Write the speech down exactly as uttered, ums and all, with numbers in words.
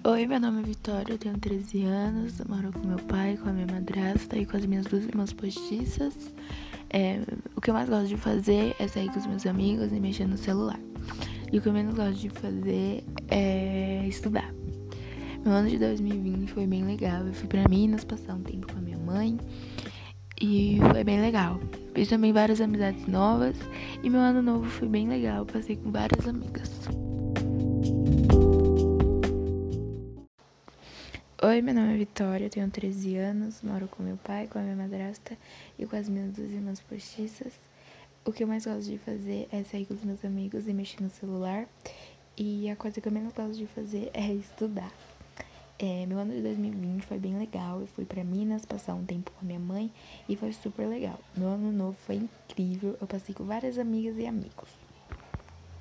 Oi, meu nome é Vitória, eu tenho treze anos, eu moro com meu pai, com a minha madrasta e com as minhas duas irmãs postiças. É, o que eu mais gosto de fazer é sair com os meus amigos e mexer no celular. E o que eu menos gosto de fazer é estudar. Meu ano de dois mil e vinte foi bem legal, eu fui pra Minas passar um tempo com a minha mãe e foi bem legal. Fiz também várias amizades novas e meu ano novo foi bem legal, passei com várias amigas. Oi, meu nome é Vitória, eu tenho treze anos, moro com meu pai, com a minha madrasta e com as minhas duas irmãs postiças. O que eu mais gosto de fazer é sair com os meus amigos e mexer no celular. E a coisa que eu menos gosto de fazer é estudar. É, meu ano de dois mil e vinte foi bem legal, eu fui pra Minas passar um tempo com a minha mãe e foi super legal. Meu ano novo foi incrível, eu passei com várias amigas e amigos.